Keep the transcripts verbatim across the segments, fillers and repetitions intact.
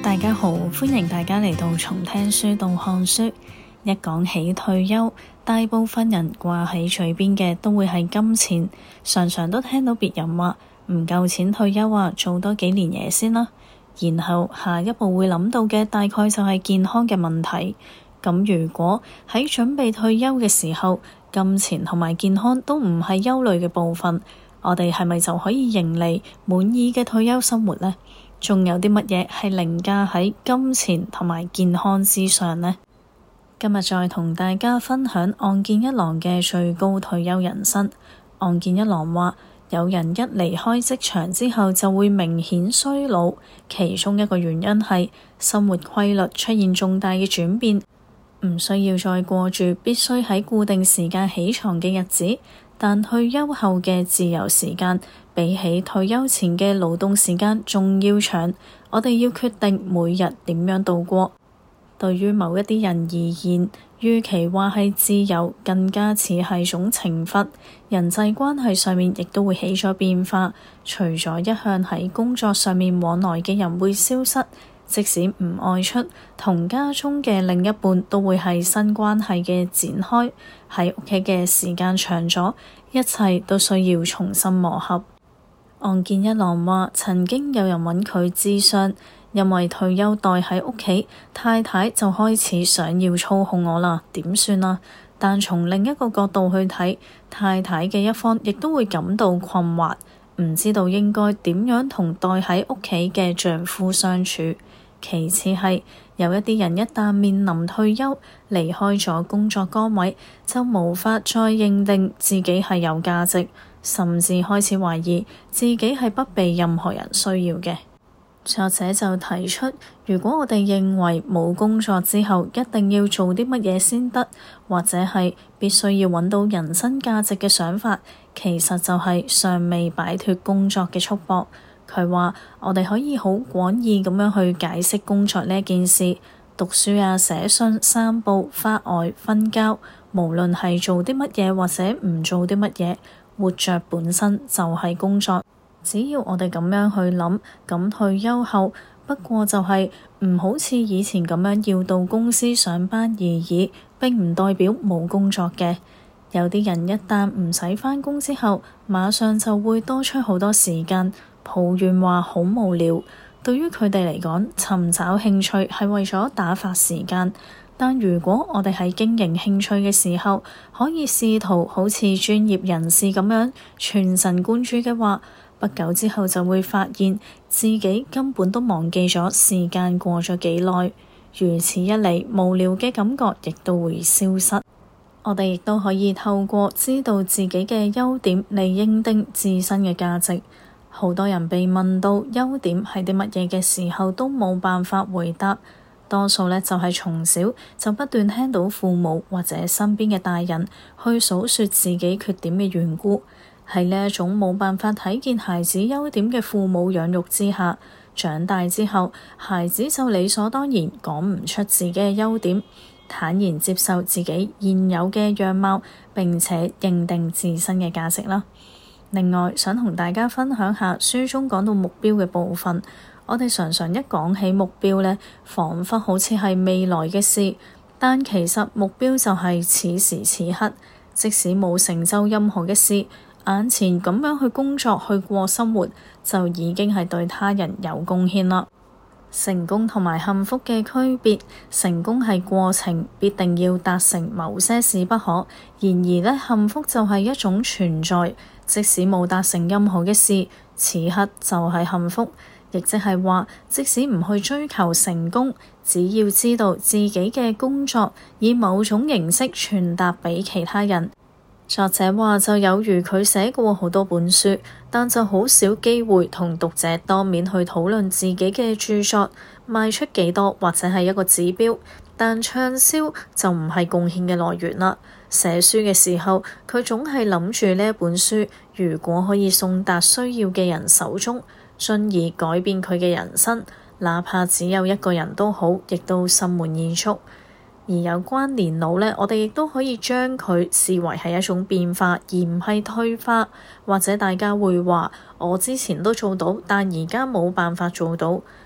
大家好，歡迎大家嚟到從聽書到看書。一講起退休，大部分人掛喺嘴邊嘅都會係金錢，常常都聽到別人話唔夠錢退休啊，做多幾年嘢先啦。然後下一步會諗到嘅大概就係健康嘅問題。咁如果喺準備退休嘅時候，金錢同埋健康都唔係憂慮嘅部分，我哋係咪就可以迎嚟滿意嘅退休生活呢？仲有啲乜嘢係凌駕喺金錢同埋健康之上呢？今日再同大家分享岸見一郎嘅最高退休人生。岸見一郎話，有人一離開職場之後就會明顯衰老，其中一個原因係生活規律出現重大嘅轉變，唔需要再過住必須喺固定時間起床嘅日子，但退休後嘅自由時間比起退休前嘅勞動時間仲要長，我哋要決定每日點樣度過。對於某一啲人而言，與其話係自由，更加似係種懲罰。人際關係上面亦都會起咗變化，除咗一向喺工作上面往來嘅人會消失，即使唔外出，同家中嘅另一半都會係新關係嘅展開。喺屋企嘅時間長咗，一切都需要重新磨合。岸見一郎話，曾經有人揾佢諮商，因為退休待喺屋企，太太就開始想要操控我啦，點算啊？但從另一個角度去睇，太太嘅一方亦都會感到困惑，唔知道應該點樣同待喺屋企嘅丈夫相處。其次係有一啲人一旦面臨退休，離開咗工作崗位，就無法再認定自己係有價值，甚至開始懷疑自己係不被任何人需要嘅。作者就提出，如果我哋認為冇工作之後一定要做啲乜嘢先得，或者係必須要揾到人生價值嘅想法，其實就係尚未擺脫工作嘅束縛。佢話我哋可以好廣義咁樣去解釋工作呢件事，讀書啊、寫信、散步、發呆、瞓覺，無論係做啲乜嘢或者唔做啲乜嘢，活着本身就係工作。只要我哋咁樣去諗，咁退休後不過就係唔好似以前咁樣要到公司上班而已，並唔代表冇工作嘅。有啲人一旦唔使返工之後，馬上就會多出好多時間，抱怨話好無聊。對於佢哋嚟講，尋找興趣係為咗打發時間，但如果我哋喺經營興趣嘅時候，可以試圖好似專業人士咁樣全神貫注嘅話，不久之後就會發現自己根本都忘記咗時間過咗幾耐。如此一嚟，無聊嘅感覺亦都會消失。我哋亦都可以透過知道自己嘅優點嚟認定自身嘅價值。好多人被問到優點係啲乜嘢嘅時候，都冇辦法回答。多數呢就係從小就不斷聽到父母或者身邊嘅大人去數說自己缺點嘅緣故。喺呢一種冇辦法睇見孩子優點嘅父母養育之下，長大之後，孩子就理所當然講唔出自己嘅優點，坦然接受自己現有嘅樣貌，並且認定自身嘅價值啦。另外，想同大家分享下書中講到目標嘅部分。我哋常常一講起目標呢，彷彿好似係未來嘅事，但其實目標就係此時此刻，即使冇成就任何嘅事，眼前咁樣去工作去過生活，就已經係對他人有貢獻啦。成功同埋幸福嘅區別，成功係過程，必定要達成某些事不可。然而呢，幸福就係一種存在，即使冇達成任何嘅事，此刻就係幸福。亦即係話，即使唔去追求成功，只要知道自己嘅工作以某種形式傳達俾其他人。作者話，就有如佢寫過好多本書，但就好少機會同讀者當面去討論自己嘅著作賣出幾多或者係一個指標，但暢銷就唔係貢獻嘅來源啦。寫書嘅時候，佢總係諗住呢一本書如果可以送達需要嘅人手中，進而改變佢嘅人生，哪怕只有一個人都好，亦都心滿意足。而有關年老呢，我哋亦都可以將佢視為係一種變化，而唔係退化。或者大家會話，我之前都做到，但而家冇辦法做到。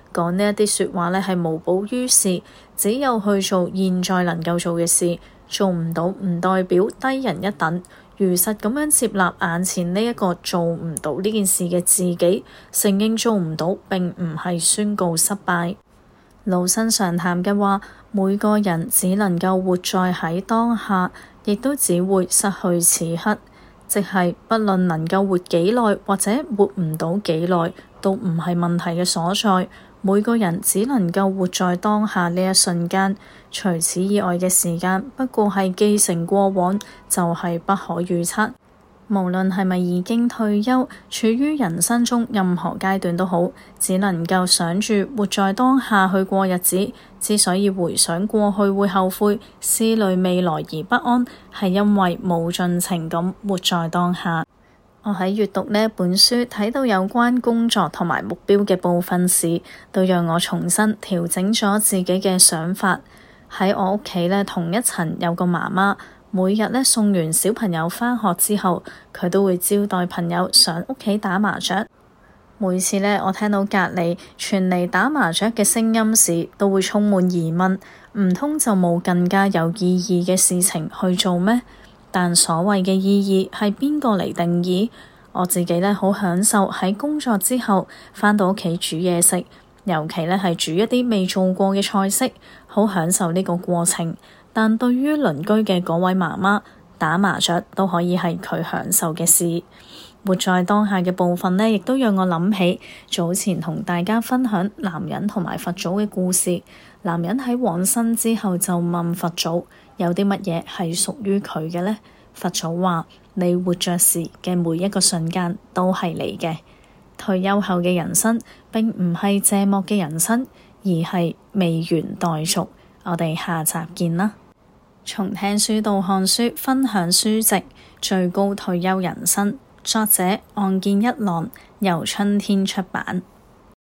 講呢一啲說話呢係無補於事，只有去做現在能夠做嘅事，做唔到唔代表低人一等，如實咁樣接納眼前呢一個做唔到呢件事嘅自己，承認做唔到並唔係宣告失敗。老生常談嘅話，每個人只能夠活在喺當下，亦都只會失去此刻，即係不論能夠活幾耐或者活唔到幾耐，都唔係問題嘅所在。每個人只能夠活在當下呢一瞬間，除此以外嘅時間不過係既成過往，就係不可預測。無論係咪已經退休，處於人生中任何階段都好，只能夠想住活在當下去過日子。之所以回想過去會後悔，思慮未來而不安，係因為冇盡情咁活在當下。我喺閱讀呢一本書睇到有關工作同埋目標嘅部分時，都讓我重新調整咗自己嘅想法。喺我屋企呢，同一層有個媽媽，每日呢送完小朋友返學之後，佢都會招待朋友上屋企打麻雀。每次呢，我聽到隔離傳嚟打麻雀嘅聲音時，都會充滿疑問，唔通就冇更加有意義嘅事情去做咩？但所謂嘅意義係邊個嚟定義？我自己呢，好享受喺工作之後返到屋企煮嘢食，尤其呢係煮一啲未做過嘅菜式，好享受呢個過程。但對於鄰居嘅嗰位媽媽，打麻雀都可以係佢享受嘅事。活在當下嘅部分呢，亦都讓我諗起早前同大家分享男人同埋佛祖嘅故事。男人喺往生之後就問佛祖，有啲乜嘢係屬於佢嘅呢？佛祖話：你活着時嘅每一個瞬間都係你嘅。退休後嘅人生並唔係謝幕嘅人生，而係未完待續。我哋下集見啦！從聽書到看書，分享書籍《最高退休人生》，作者岸見一郎，由春天出版。